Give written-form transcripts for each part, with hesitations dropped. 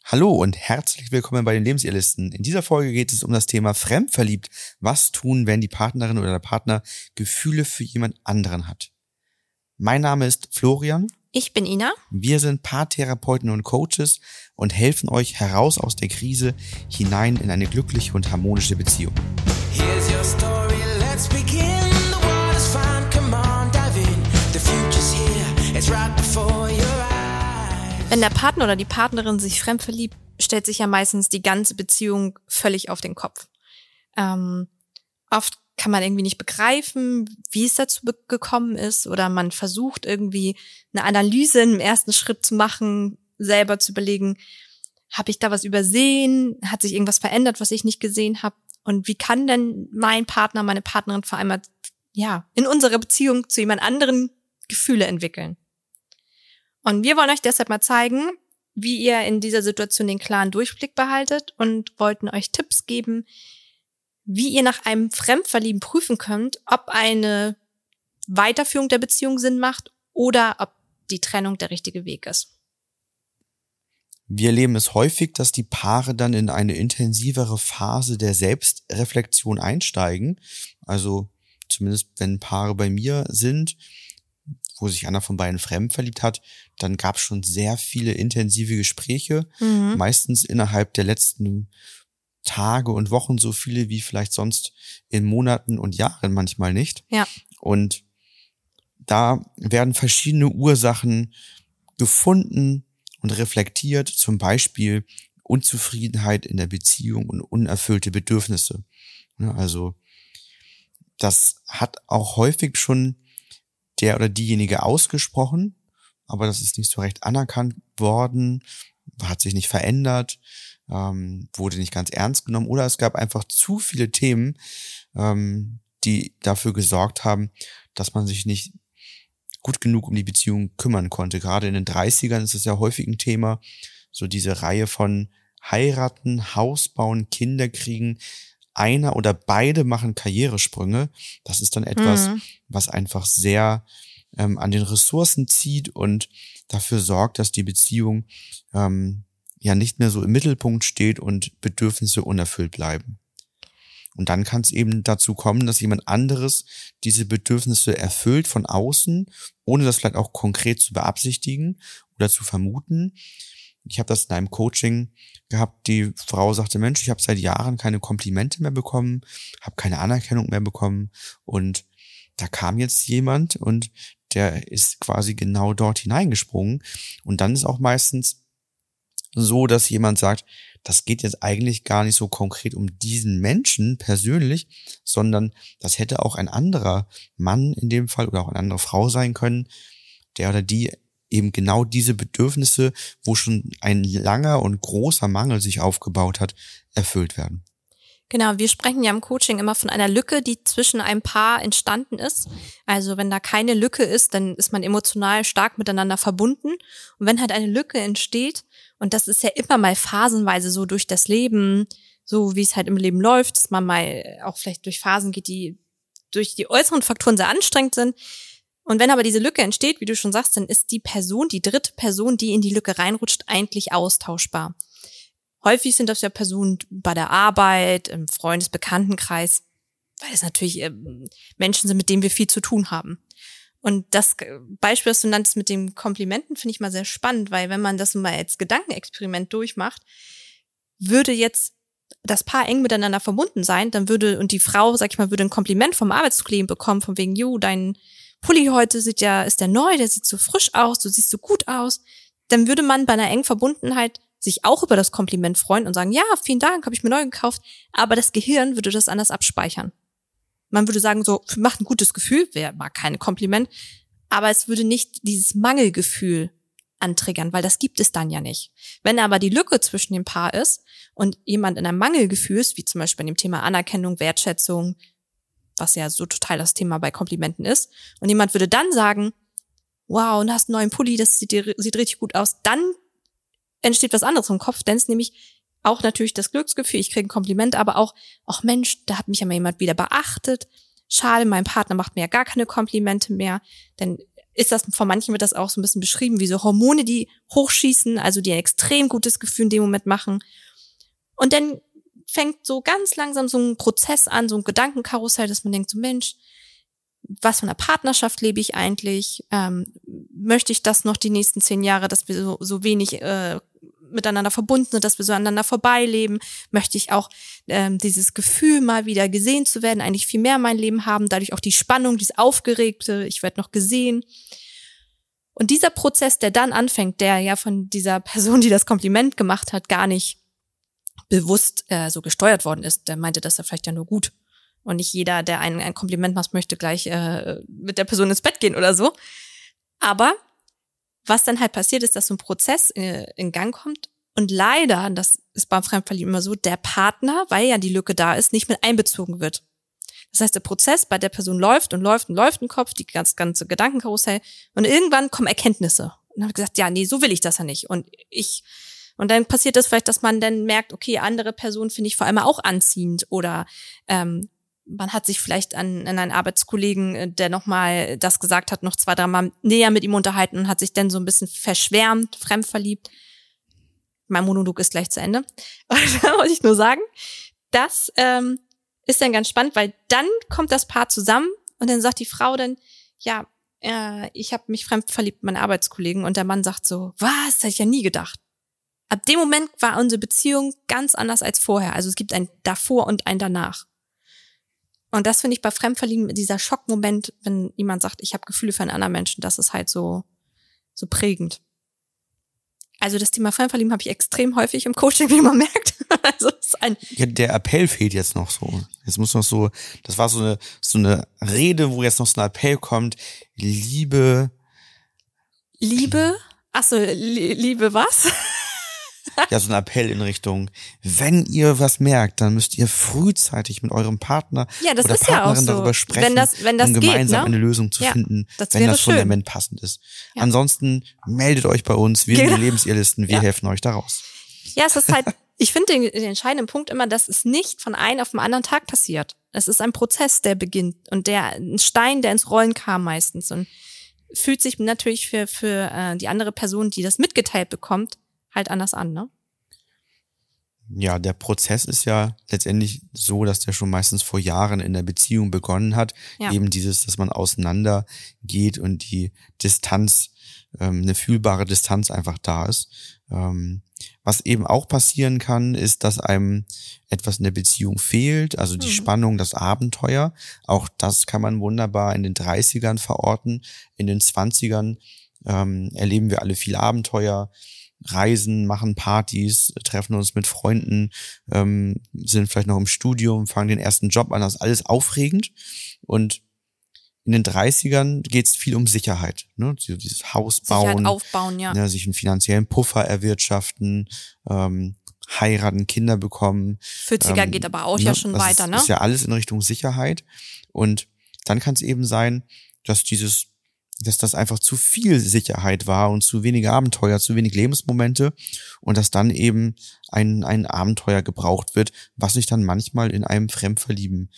Hallo und herzlich willkommen bei den Lebensirrlisten. In dieser Folge geht es um das Thema Fremdverliebt. Was tun, wenn die Partnerin oder der Partner Gefühle für jemand anderen hat? Mein Name ist Florian. Ich bin Ina. Wir sind Paartherapeuten und Coaches und helfen euch heraus aus der Krise hinein in eine glückliche und harmonische Beziehung. Here's your story, let's begin. The water's fine, come on, dive in. The future's here, it's right before your eyes. Wenn der Partner oder die Partnerin sich fremd verliebt, stellt sich ja meistens die ganze Beziehung völlig auf den Kopf. Oft kann man irgendwie nicht begreifen, wie es dazu gekommen ist, oder man versucht irgendwie eine Analyse im ersten Schritt zu machen, selber zu überlegen, habe ich da was übersehen, hat sich irgendwas verändert, was ich nicht gesehen habe, und wie kann denn mein Partner, meine Partnerin vor allem in unserer Beziehung zu jemand anderen Gefühle entwickeln. Und wir wollen euch deshalb mal zeigen, wie ihr in dieser Situation den klaren Durchblick behaltet, und wollten euch Tipps geben, wie ihr nach einem Fremdverlieben prüfen könnt, ob eine Weiterführung der Beziehung Sinn macht oder ob die Trennung der richtige Weg ist. Wir erleben es häufig, dass die Paare dann in eine intensivere Phase der Selbstreflexion einsteigen. Also zumindest wenn Paare bei mir sind, wo sich einer von beiden fremd verliebt hat, dann gab es schon sehr viele intensive Gespräche, meistens innerhalb der letzten Tage und Wochen, so viele wie vielleicht sonst in Monaten und Jahren manchmal nicht. Ja. Und da werden verschiedene Ursachen gefunden und reflektiert, zum Beispiel Unzufriedenheit in der Beziehung und unerfüllte Bedürfnisse. Also das hat auch häufig schon der oder diejenige ausgesprochen, aber das ist nicht so recht anerkannt worden, hat sich nicht verändert, wurde nicht ganz ernst genommen, oder es gab einfach zu viele Themen, die dafür gesorgt haben, dass man sich nicht gut genug um die Beziehung kümmern konnte. Gerade in den 30ern ist es ja häufig ein Thema, so diese Reihe von heiraten, Haus bauen, Kinder kriegen, einer oder beide machen Karrieresprünge. Das ist dann etwas, was einfach sehr an den Ressourcen zieht und dafür sorgt, dass die Beziehung nicht mehr so im Mittelpunkt steht und Bedürfnisse unerfüllt bleiben. Und dann kann es eben dazu kommen, dass jemand anderes diese Bedürfnisse erfüllt von außen, ohne das vielleicht auch konkret zu beabsichtigen oder zu vermuten. Ich habe das in einem Coaching gehabt, die Frau sagte, Mensch, ich habe seit Jahren keine Komplimente mehr bekommen, habe keine Anerkennung mehr bekommen, und da kam jetzt jemand und der ist quasi genau dort hineingesprungen. Und dann ist auch meistens so, dass jemand sagt, das geht jetzt eigentlich gar nicht so konkret um diesen Menschen persönlich, sondern das hätte auch ein anderer Mann in dem Fall oder auch eine andere Frau sein können, der oder die eben genau diese Bedürfnisse, wo schon ein langer und großer Mangel sich aufgebaut hat, erfüllt werden. Genau, wir sprechen ja im Coaching immer von einer Lücke, die zwischen einem Paar entstanden ist. Also wenn da keine Lücke ist, dann ist man emotional stark miteinander verbunden. Und wenn halt eine Lücke entsteht, und das ist ja immer mal phasenweise so durch das Leben, so wie es halt im Leben läuft, dass man mal auch vielleicht durch Phasen geht, die durch die äußeren Faktoren sehr anstrengend sind. Und wenn aber diese Lücke entsteht, wie du schon sagst, dann ist die dritte Person, die in die Lücke reinrutscht, eigentlich austauschbar. Häufig sind das ja Personen bei der Arbeit, im Freundes-Bekanntenkreis, weil es natürlich Menschen sind, mit denen wir viel zu tun haben. Und das Beispiel, das du nanntest mit den Komplimenten, finde ich mal sehr spannend, weil wenn man das mal als Gedankenexperiment durchmacht, würde jetzt das Paar eng miteinander verbunden sein, und die Frau, sag ich mal, würde ein Kompliment vom Arbeitskollegen bekommen, von wegen, dein Pulli heute ist der neu, der sieht so frisch aus, du siehst so gut aus, dann würde man bei einer engen Verbundenheit sich auch über das Kompliment freuen und sagen, ja, vielen Dank, habe ich mir neu gekauft, aber das Gehirn würde das anders abspeichern. Man würde sagen, so, macht ein gutes Gefühl, wer mag keine Kompliment, aber es würde nicht dieses Mangelgefühl antriggern, weil das gibt es dann ja nicht. Wenn aber die Lücke zwischen dem Paar ist und jemand in einem Mangelgefühl ist, wie zum Beispiel bei dem Thema Anerkennung, Wertschätzung, was ja so total das Thema bei Komplimenten ist, und jemand würde dann sagen, wow, du hast einen neuen Pulli, das sieht richtig gut aus, dann entsteht was anderes im Kopf, denn es ist nämlich auch natürlich das Glücksgefühl, ich kriege ein Kompliment, aber auch, ach Mensch, da hat mich ja mal jemand wieder beachtet, schade, mein Partner macht mir ja gar keine Komplimente mehr, denn ist das, von manchen wird das auch so ein bisschen beschrieben, wie so Hormone, die hochschießen, also die ein extrem gutes Gefühl in dem Moment machen. Und dann fängt so ganz langsam so ein Prozess an, so ein Gedankenkarussell, dass man denkt so, Mensch, was für eine Partnerschaft lebe ich eigentlich? Möchte ich das noch die nächsten 10 Jahre, dass wir so wenig miteinander verbunden sind, dass wir so aneinander vorbeileben? Möchte ich auch dieses Gefühl, mal wieder gesehen zu werden, eigentlich viel mehr in meinem Leben haben, dadurch auch die Spannung, dieses Aufgeregte, ich werde noch gesehen. Und dieser Prozess, der dann anfängt, der ja von dieser Person, die das Kompliment gemacht hat, gar nicht bewusst so gesteuert worden ist, der meinte das ja vielleicht ja nur gut. Und nicht jeder, der ein Kompliment macht, möchte gleich mit der Person ins Bett gehen oder so. Aber was dann halt passiert ist, dass so ein Prozess in Gang kommt und leider, das ist beim Fremdverlieben immer so, der Partner, weil ja die Lücke da ist, nicht mit einbezogen wird. Das heißt, der Prozess bei der Person läuft und läuft und läuft im Kopf, die ganze Gedankenkarussell, und irgendwann kommen Erkenntnisse. Und dann habe ich gesagt, ja, nee, so will ich das ja nicht. Und dann passiert das vielleicht, dass man dann merkt, okay, andere Personen finde ich vor allem auch anziehend, oder man hat sich vielleicht an einen Arbeitskollegen, der nochmal das gesagt hat, noch 2, 3 Mal näher mit ihm unterhalten und hat sich dann so ein bisschen verschwärmt, fremdverliebt. Mein Monolog ist gleich zu Ende. Und da wollte ich nur sagen, das ist dann ganz spannend, weil dann kommt das Paar zusammen und dann sagt die Frau dann, ja, ich habe mich fremdverliebt in meinen Arbeitskollegen, und der Mann sagt so, was, das hätte ich ja nie gedacht. Ab dem Moment war unsere Beziehung ganz anders als vorher. Also es gibt ein Davor und ein Danach. Und das finde ich bei Fremdverlieben, dieser Schockmoment, wenn jemand sagt, ich habe Gefühle für einen anderen Menschen, das ist halt so prägend. Also das Thema Fremdverlieben habe ich extrem häufig im Coaching, wie man merkt. Also es ist ja, der Appell fehlt jetzt noch so. Jetzt muss noch so, das war so eine Rede, wo jetzt noch so ein Appell kommt. Liebe? Achso, Liebe was? Ja, so ein Appell in Richtung, wenn ihr was merkt, dann müsst ihr frühzeitig mit eurem Partner oder ist Partnerin ja auch so. darüber sprechen, wenn das um gemeinsam geht, ne? eine Lösung zu finden, wenn das schön. Fundament passend ist. Ja. Ansonsten meldet euch bei uns, wir sind Genau. die Lebensirrlisten, wir helfen euch da raus. Ja, es ist halt, ich finde den entscheidenden Punkt immer, dass es nicht von einem auf den anderen Tag passiert. Es ist ein Prozess, der beginnt, und ein Stein, der ins Rollen kam meistens, und fühlt sich natürlich für die andere Person, die das mitgeteilt bekommt, halt anders an, ne? Ja, der Prozess ist ja letztendlich so, dass der schon meistens vor Jahren in der Beziehung begonnen hat. Ja. Eben dieses, dass man auseinander geht und die Distanz, eine fühlbare Distanz einfach da ist. Was eben auch passieren kann, ist, dass einem etwas in der Beziehung fehlt, also die Spannung, das Abenteuer. Auch das kann man wunderbar in den 30ern verorten. In den 20ern erleben wir alle viel Abenteuer, reisen, machen Partys, treffen uns mit Freunden, sind vielleicht noch im Studium, fangen den ersten Job an, das ist alles aufregend. Und in den 30ern geht es viel um Sicherheit, ne? Dieses Haus bauen, Sicherheit aufbauen, ja. Sich einen finanziellen Puffer erwirtschaften, heiraten, Kinder bekommen. 40er geht aber auch ja schon weiter, ne? Das ist ja alles in Richtung Sicherheit. Und dann kann es eben sein, dass das einfach zu viel Sicherheit war und zu wenige Abenteuer, zu wenig Lebensmomente, und dass dann eben ein Abenteuer gebraucht wird, was sich dann manchmal in einem Fremdverlieben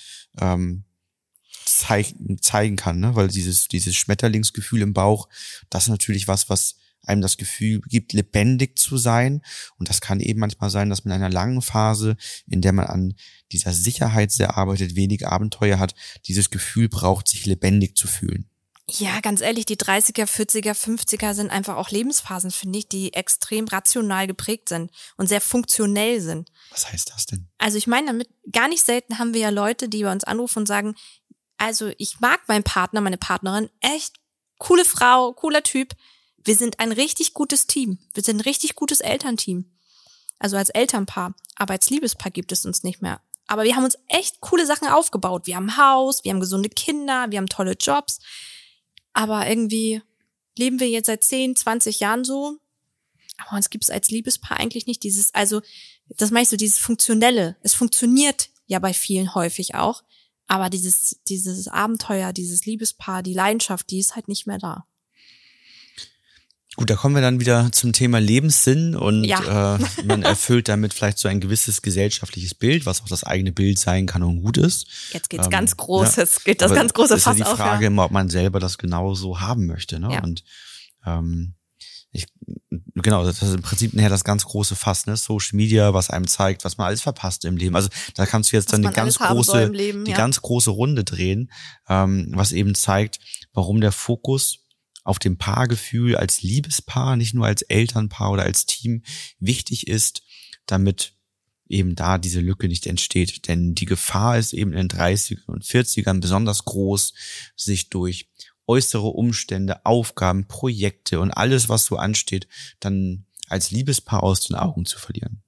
zeigen kann, ne? Weil dieses Schmetterlingsgefühl im Bauch, das ist natürlich was einem das Gefühl gibt, lebendig zu sein. Und das kann eben manchmal sein, dass man in einer langen Phase, in der man an dieser Sicherheit sehr arbeitet, wenig Abenteuer hat, dieses Gefühl braucht, sich lebendig zu fühlen. Ja, ganz ehrlich, die 30er, 40er, 50er sind einfach auch Lebensphasen, finde ich, die extrem rational geprägt sind und sehr funktionell sind. Was heißt das denn? Also ich meine damit, gar nicht selten haben wir ja Leute, die bei uns anrufen und sagen, also ich mag meinen Partner, meine Partnerin, echt coole Frau, cooler Typ. Wir sind ein richtig gutes Team. Wir sind ein richtig gutes Elternteam. Also als Elternpaar. Aber als Liebespaar gibt es uns nicht mehr. Aber wir haben uns echt coole Sachen aufgebaut. Wir haben ein Haus, wir haben gesunde Kinder, wir haben tolle Jobs. Aber irgendwie leben wir jetzt seit 10, 20 Jahren so. Aber uns gibt es als Liebespaar eigentlich nicht dieses, also das meine ich so, dieses Funktionelle. Es funktioniert ja bei vielen häufig auch. Aber dieses Abenteuer, dieses Liebespaar, die Leidenschaft, die ist halt nicht mehr da. Gut, da kommen wir dann wieder zum Thema Lebenssinn und Ja. man erfüllt damit vielleicht so ein gewisses gesellschaftliches Bild, was auch das eigene Bild sein kann und gut ist. Jetzt geht's ganz Großes, geht das aber ganz große ist ja Fass die auf. Frage Ja. immer, ob man selber das genauso haben möchte. Ne? Ja. Und genau, das ist im Prinzip nachher das ganz große Fass, ne? Social Media, was einem zeigt, was man alles verpasst im Leben. Also da kannst du jetzt Was dann man alles haben soll im Leben, die ja. ganz große Runde drehen, was eben zeigt, warum der Fokus auf dem Paargefühl als Liebespaar, nicht nur als Elternpaar oder als Team wichtig ist, damit eben da diese Lücke nicht entsteht. Denn die Gefahr ist eben in den 30ern und 40ern besonders groß, sich durch äußere Umstände, Aufgaben, Projekte und alles, was so ansteht, dann als Liebespaar aus den Augen zu verlieren.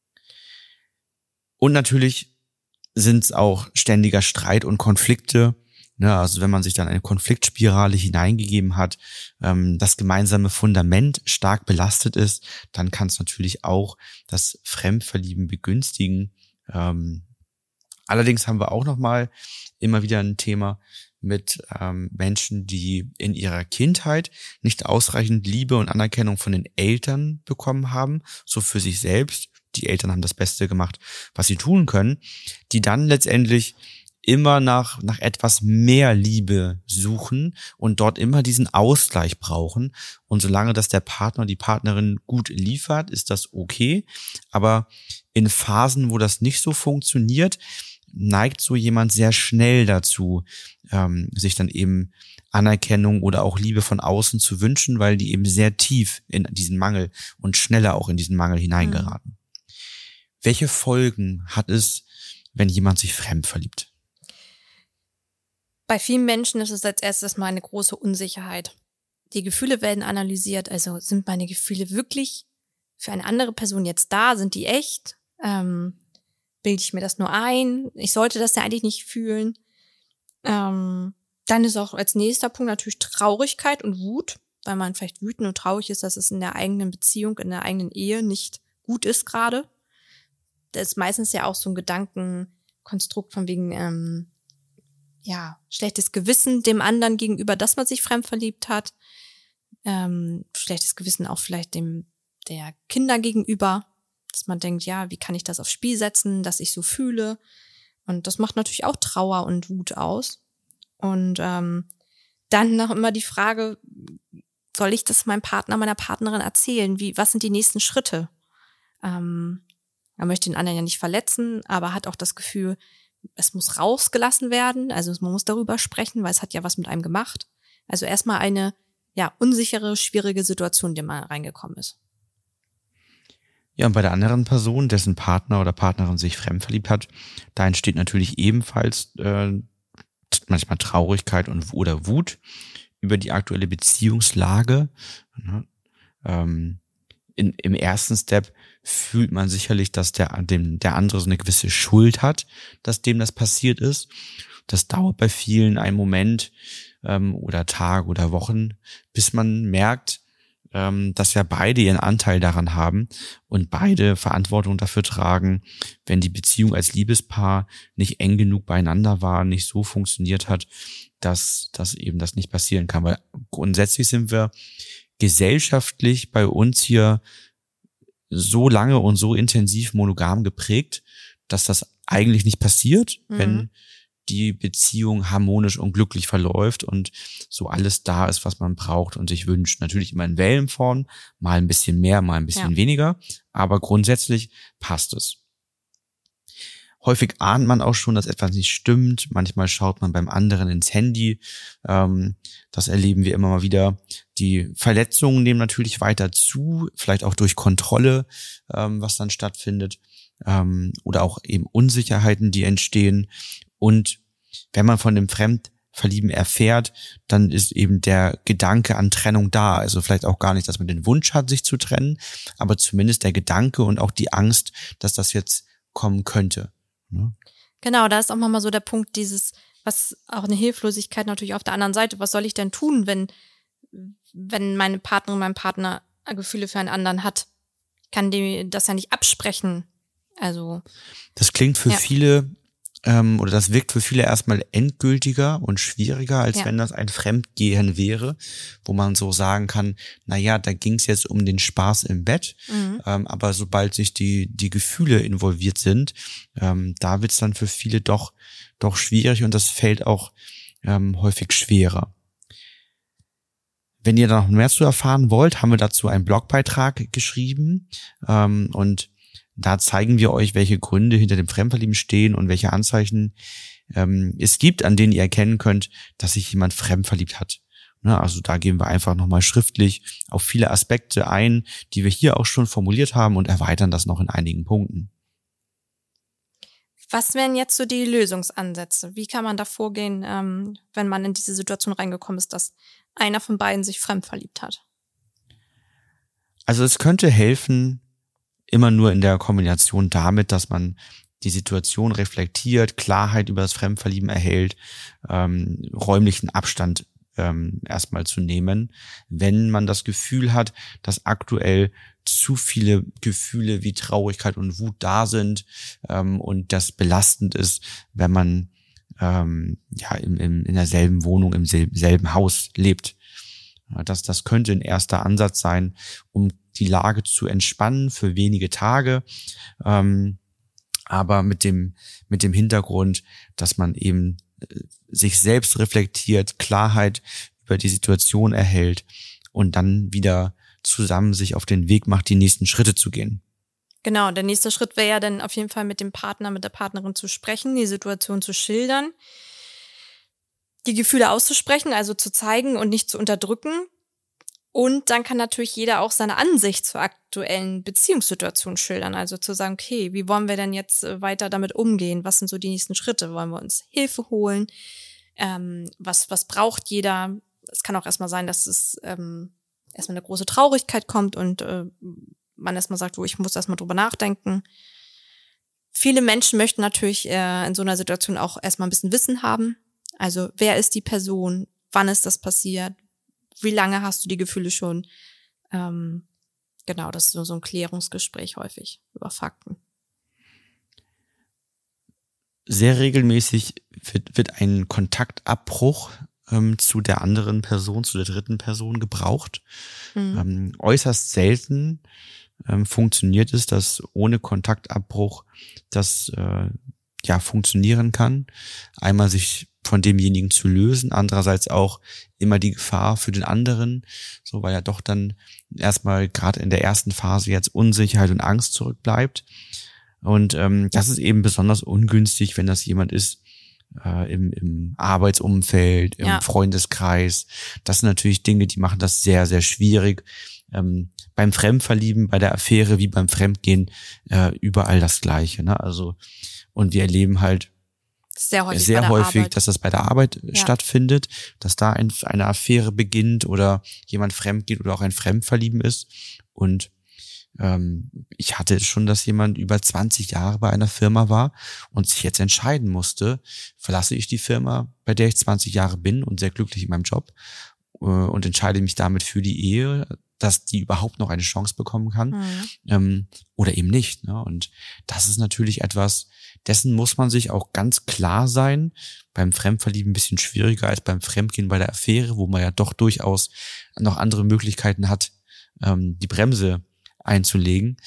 Und natürlich sind es auch ständiger Streit und Konflikte. Ne, also wenn man sich dann eine Konfliktspirale hineingegeben hat, das gemeinsame Fundament stark belastet ist, dann kann es natürlich auch das Fremdverlieben begünstigen. Allerdings haben wir auch nochmal immer wieder ein Thema mit Menschen, die in ihrer Kindheit nicht ausreichend Liebe und Anerkennung von den Eltern bekommen haben, so für sich selbst. Die Eltern haben das Beste gemacht, was sie tun können, die dann letztendlich immer nach etwas mehr Liebe suchen und dort immer diesen Ausgleich brauchen. Und solange das der Partner, die Partnerin gut liefert, ist das okay. Aber in Phasen, wo das nicht so funktioniert, neigt so jemand sehr schnell dazu, sich dann eben Anerkennung oder auch Liebe von außen zu wünschen, weil die eben sehr tief in diesen Mangel und schneller auch in diesen Mangel hineingeraten. Welche Folgen hat es, wenn jemand sich fremd verliebt? Bei vielen Menschen ist es als erstes mal eine große Unsicherheit. Die Gefühle werden analysiert, also sind meine Gefühle wirklich für eine andere Person jetzt da? Sind die echt? Bilde ich mir das nur ein? Ich sollte das ja eigentlich nicht fühlen. Dann ist auch als nächster Punkt natürlich Traurigkeit und Wut, weil man vielleicht wütend und traurig ist, dass es in der eigenen Beziehung, in der eigenen Ehe nicht gut ist gerade. Das ist meistens ja auch so ein Gedankenkonstrukt von wegen schlechtes Gewissen dem anderen gegenüber, dass man sich fremd verliebt hat. Schlechtes Gewissen auch vielleicht der Kinder gegenüber, dass man denkt, ja, wie kann ich das aufs Spiel setzen, dass ich so fühle? Und das macht natürlich auch Trauer und Wut aus. Und dann noch immer die Frage, soll ich das meinem Partner, meiner Partnerin erzählen? Was sind die nächsten Schritte? Er möchte den anderen ja nicht verletzen, aber hat auch das Gefühl, es muss rausgelassen werden, also man muss darüber sprechen, weil es hat ja was mit einem gemacht. Also erstmal eine unsichere, schwierige Situation, in die man reingekommen ist. Ja, und bei der anderen Person, dessen Partner oder Partnerin sich fremdverliebt hat, da entsteht natürlich ebenfalls manchmal Traurigkeit oder Wut über die aktuelle Beziehungslage. Im ersten Step fühlt man sicherlich, dass der andere so eine gewisse Schuld hat, dass dem das passiert ist. Das dauert bei vielen einen Moment oder Tage oder Wochen, bis man merkt, dass ja beide ihren Anteil daran haben und beide Verantwortung dafür tragen, wenn die Beziehung als Liebespaar nicht eng genug beieinander war, nicht so funktioniert hat, dass eben das nicht passieren kann. Weil grundsätzlich sind wir gesellschaftlich bei uns hier so lange und so intensiv monogam geprägt, dass das eigentlich nicht passiert, wenn die Beziehung harmonisch und glücklich verläuft und so alles da ist, was man braucht und sich wünscht. Natürlich immer in Wellenform, mal ein bisschen mehr, mal ein bisschen weniger, aber grundsätzlich passt es. Häufig ahnt man auch schon, dass etwas nicht stimmt. Manchmal schaut man beim anderen ins Handy. Das erleben wir immer mal wieder. Die Verletzungen nehmen natürlich weiter zu, vielleicht auch durch Kontrolle, was dann stattfindet. Oder auch eben Unsicherheiten, die entstehen. Und wenn man von dem Fremdverlieben erfährt, dann ist eben der Gedanke an Trennung da. Also vielleicht auch gar nicht, dass man den Wunsch hat, sich zu trennen, aber zumindest der Gedanke und auch die Angst, dass das jetzt kommen könnte. Genau, da ist auch mal so der Punkt was auch eine Hilflosigkeit natürlich auf der anderen Seite. Was soll ich denn tun, wenn meine Partnerin, mein Partner Gefühle für einen anderen hat? Kann dem das ja nicht absprechen. Also das klingt für viele oder das wirkt für viele erstmal endgültiger und schwieriger, als Ja. wenn das ein Fremdgehen wäre, wo man so sagen kann, naja, da ging es jetzt um den Spaß im Bett, aber sobald sich die Gefühle involviert sind, da wird es dann für viele doch schwierig und das fällt auch häufig schwerer. Wenn ihr da noch mehr zu erfahren wollt, haben wir dazu einen Blogbeitrag geschrieben und da zeigen wir euch, welche Gründe hinter dem Fremdverlieben stehen und welche Anzeichen es gibt, an denen ihr erkennen könnt, dass sich jemand fremdverliebt hat. Ne, also da gehen wir einfach nochmal schriftlich auf viele Aspekte ein, die wir hier auch schon formuliert haben und erweitern das noch in einigen Punkten. Was wären jetzt so die Lösungsansätze? Wie kann man da vorgehen, wenn man in diese Situation reingekommen ist, dass einer von beiden sich fremdverliebt hat? Also es könnte helfen, immer nur in der Kombination damit, dass man die Situation reflektiert, Klarheit über das Fremdverlieben erhält, räumlichen Abstand erstmal zu nehmen, wenn man das Gefühl hat, dass aktuell zu viele Gefühle wie Traurigkeit und Wut da sind und das belastend ist, wenn man in derselben Wohnung, im selben Haus lebt. Das könnte ein erster Ansatz sein, um die Lage zu entspannen für wenige Tage, aber mit dem Hintergrund, dass man eben sich selbst reflektiert, Klarheit über die Situation erhält und dann wieder zusammen sich auf den Weg macht, die nächsten Schritte zu gehen. Genau, der nächste Schritt wäre ja dann auf jeden Fall mit dem Partner, mit der Partnerin zu sprechen, die Situation zu schildern, die Gefühle auszusprechen, also zu zeigen und nicht zu unterdrücken. Und dann kann natürlich jeder auch seine Ansicht zur aktuellen Beziehungssituation schildern. Also zu sagen, okay, wie wollen wir denn jetzt weiter damit umgehen? Was sind so die nächsten Schritte? Wollen wir uns Hilfe holen? Was braucht jeder? Es kann auch erstmal sein, dass es erstmal eine große Traurigkeit kommt und man erstmal sagt, ich muss erstmal drüber nachdenken. Viele Menschen möchten natürlich in so einer Situation auch erstmal ein bisschen Wissen haben. Also wer ist die Person? Wann ist das passiert? Wie lange hast du die Gefühle schon? Genau, das ist so ein Klärungsgespräch häufig über Fakten. Sehr regelmäßig wird ein Kontaktabbruch zu der anderen Person, zu der dritten Person gebraucht. Äußerst selten funktioniert es, dass ohne Kontaktabbruch das funktionieren kann. Einmal sich von demjenigen zu lösen, andererseits auch immer die Gefahr für den anderen, so weil ja doch dann erstmal gerade in der ersten Phase jetzt Unsicherheit und Angst zurückbleibt. Und das ist eben besonders ungünstig, wenn das jemand ist im Arbeitsumfeld, im Freundeskreis. Das sind natürlich Dinge, die machen das sehr, sehr schwierig. Beim Fremdverlieben, bei der Affäre wie beim Fremdgehen überall das Gleiche. Ne? Also und wir erleben halt sehr häufig, dass das bei der Arbeit stattfindet, dass da eine Affäre beginnt oder jemand fremdgeht oder auch ein Fremdverlieben ist. Und ich hatte schon, dass jemand über 20 Jahre bei einer Firma war und sich jetzt entscheiden musste, verlasse ich die Firma, bei der ich 20 Jahre bin und sehr glücklich in meinem Job und entscheide mich damit für die Ehe, dass die überhaupt noch eine Chance bekommen kann oder eben nicht. Ne? Und das ist natürlich etwas, dessen muss man sich auch ganz klar sein. Beim Fremdverlieben ein bisschen schwieriger als beim Fremdgehen bei der Affäre, wo man ja doch durchaus noch andere Möglichkeiten hat, die Bremse einzulegen,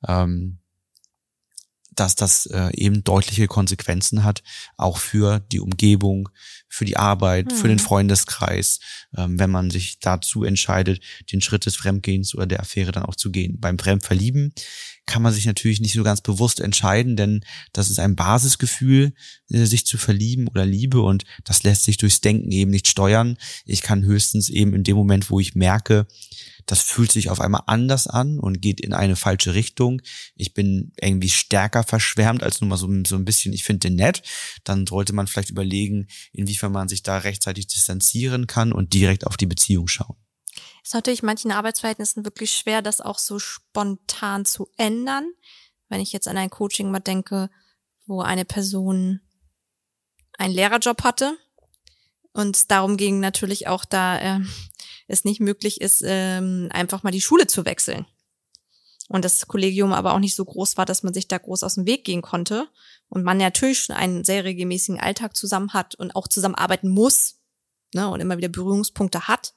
dass das eben deutliche Konsequenzen hat, auch für die Umgebung, für die Arbeit, für den Freundeskreis, wenn man sich dazu entscheidet, den Schritt des Fremdgehens oder der Affäre dann auch zu gehen. Beim Fremdverlieben kann man sich natürlich nicht so ganz bewusst entscheiden, denn das ist ein Basisgefühl, sich zu verlieben oder Liebe und das lässt sich durchs Denken eben nicht steuern. Ich kann höchstens eben in dem Moment, wo ich merke, das fühlt sich auf einmal anders an und geht in eine falsche Richtung. Ich bin irgendwie stärker verschwärmt als nur mal so ein bisschen, ich finde den nett. Dann sollte man vielleicht überlegen, inwiefern man sich da rechtzeitig distanzieren kann und direkt auf die Beziehung schauen. Ist natürlich in manchen Arbeitsverhältnissen wirklich schwer, das auch so spontan zu ändern. Wenn ich jetzt an ein Coaching mal denke, wo eine Person einen Lehrerjob hatte und darum ging natürlich auch da es nicht möglich ist, einfach mal die Schule zu wechseln. und das Kollegium aber auch nicht so groß war, dass man sich da groß aus dem Weg gehen konnte und man natürlich schon einen sehr regelmäßigen Alltag zusammen hat und auch zusammenarbeiten muss, ne, und immer wieder Berührungspunkte hat,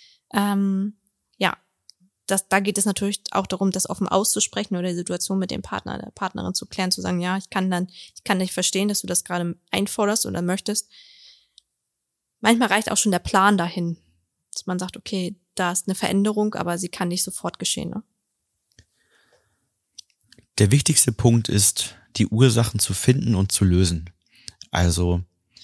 da geht es natürlich auch darum, das offen auszusprechen oder die Situation mit dem Partner, der Partnerin zu klären, zu sagen, ja, ich kann nicht verstehen, dass du das gerade einforderst oder möchtest. Manchmal reicht auch schon der Plan dahin, dass man sagt, okay, da ist eine Veränderung, aber sie kann nicht sofort geschehen. Ne? Der wichtigste Punkt ist, die Ursachen zu finden und zu lösen. Also,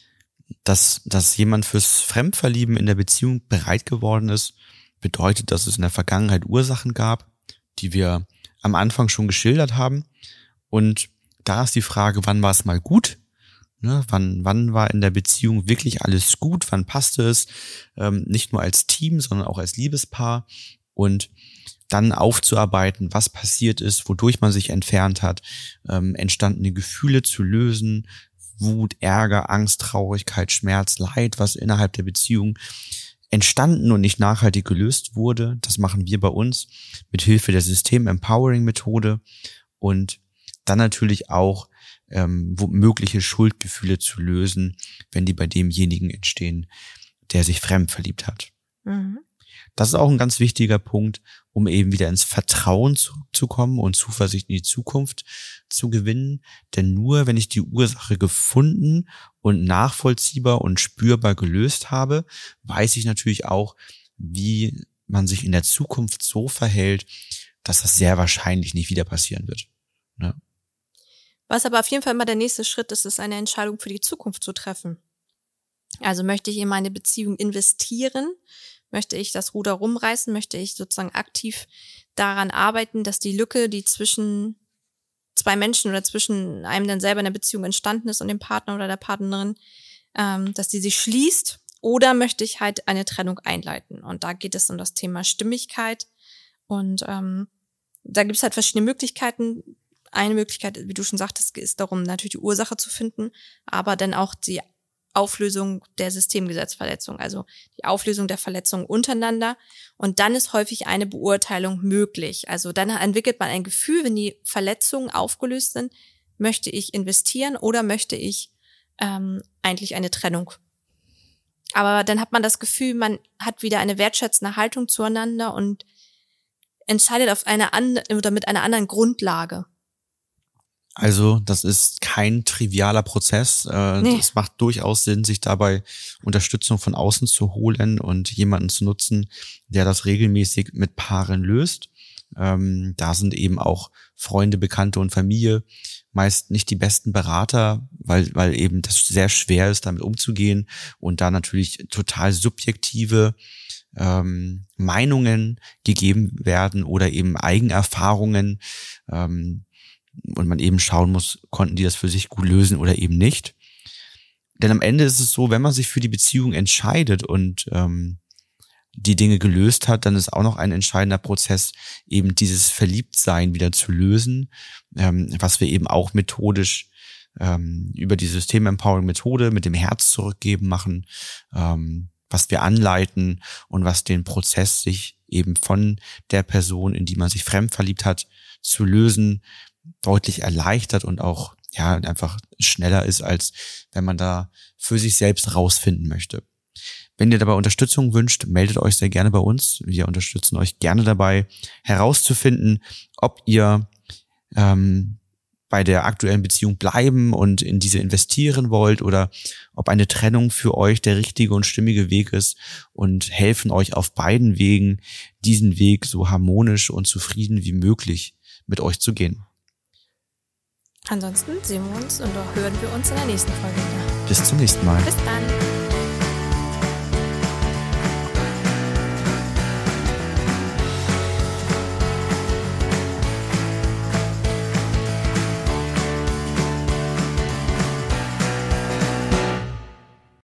dass jemand fürs Fremdverlieben in der Beziehung bereit geworden ist, bedeutet, dass es in der Vergangenheit Ursachen gab, die wir am Anfang schon geschildert haben. Und da ist die Frage, wann war es mal gut? Ne? Wann war in der Beziehung wirklich alles gut? Wann passte es? Nicht nur als Team, sondern auch als Liebespaar. Und dann aufzuarbeiten, was passiert ist, wodurch man sich entfernt hat, entstandene Gefühle zu lösen, Wut, Ärger, Angst, Traurigkeit, Schmerz, Leid, was innerhalb der Beziehung entstanden und nicht nachhaltig gelöst wurde. Das machen wir bei uns mit Hilfe der System-Empowering-Methode und dann natürlich auch mögliche Schuldgefühle zu lösen, wenn die bei demjenigen entstehen, der sich fremd verliebt hat. Mhm. Das ist auch ein ganz wichtiger Punkt, um eben wieder ins Vertrauen zurückzukommen und Zuversicht in die Zukunft zu gewinnen. Denn nur wenn ich die Ursache gefunden und nachvollziehbar und spürbar gelöst habe, weiß ich natürlich auch, wie man sich in der Zukunft so verhält, dass das sehr wahrscheinlich nicht wieder passieren wird. Ne? Was aber auf jeden Fall immer der nächste Schritt ist, ist eine Entscheidung für die Zukunft zu treffen. Also möchte ich in meine Beziehung investieren? Möchte ich das Ruder rumreißen? Möchte ich sozusagen aktiv daran arbeiten, dass die Lücke, die zwischen zwei Menschen oder zwischen einem dann selber in der Beziehung entstanden ist und dem Partner oder der Partnerin, dass die sich schließt? Oder möchte ich halt eine Trennung einleiten? Und da geht es um das Thema Stimmigkeit. Und da gibt es halt verschiedene Möglichkeiten. Eine Möglichkeit, wie du schon sagtest, ist darum, natürlich die Ursache zu finden, aber dann auch die Auflösung der Systemgesetzverletzung, also die Auflösung der Verletzungen untereinander. Und dann ist häufig eine Beurteilung möglich. Also dann entwickelt man ein Gefühl, wenn die Verletzungen aufgelöst sind, möchte ich investieren oder möchte ich eigentlich eine Trennung. Aber dann hat man das Gefühl, man hat wieder eine wertschätzende Haltung zueinander und entscheidet auf eine andere oder mit einer anderen Grundlage. Also das ist kein trivialer Prozess. Nee. Es macht durchaus Sinn, sich dabei Unterstützung von außen zu holen und jemanden zu nutzen, der das regelmäßig mit Paaren löst. Da sind eben auch Freunde, Bekannte und Familie meist nicht die besten Berater, weil eben das sehr schwer ist, damit umzugehen und da natürlich total subjektive Meinungen gegeben werden oder eben Eigenerfahrungen, und man eben schauen muss, konnten die das für sich gut lösen oder eben nicht. Denn am Ende ist es so, wenn man sich für die Beziehung entscheidet und die Dinge gelöst hat, dann ist auch noch ein entscheidender Prozess, eben dieses Verliebtsein wieder zu lösen, was wir eben auch methodisch über die System-Empowering-Methode mit dem Herz zurückgeben machen, was wir anleiten und was den Prozess, sich eben von der Person, in die man sich fremd verliebt hat, zu lösen, deutlich erleichtert und auch einfach schneller ist, als wenn man da für sich selbst rausfinden möchte. Wenn ihr dabei Unterstützung wünscht, meldet euch sehr gerne bei uns. Wir unterstützen euch gerne dabei, herauszufinden, ob ihr bei der aktuellen Beziehung bleiben und in diese investieren wollt oder ob eine Trennung für euch der richtige und stimmige Weg ist und helfen euch auf beiden Wegen, diesen Weg so harmonisch und zufrieden wie möglich mit euch zu gehen. Ansonsten sehen wir uns und hören wir uns in der nächsten Folge wieder. Bis zum nächsten Mal. Bis dann.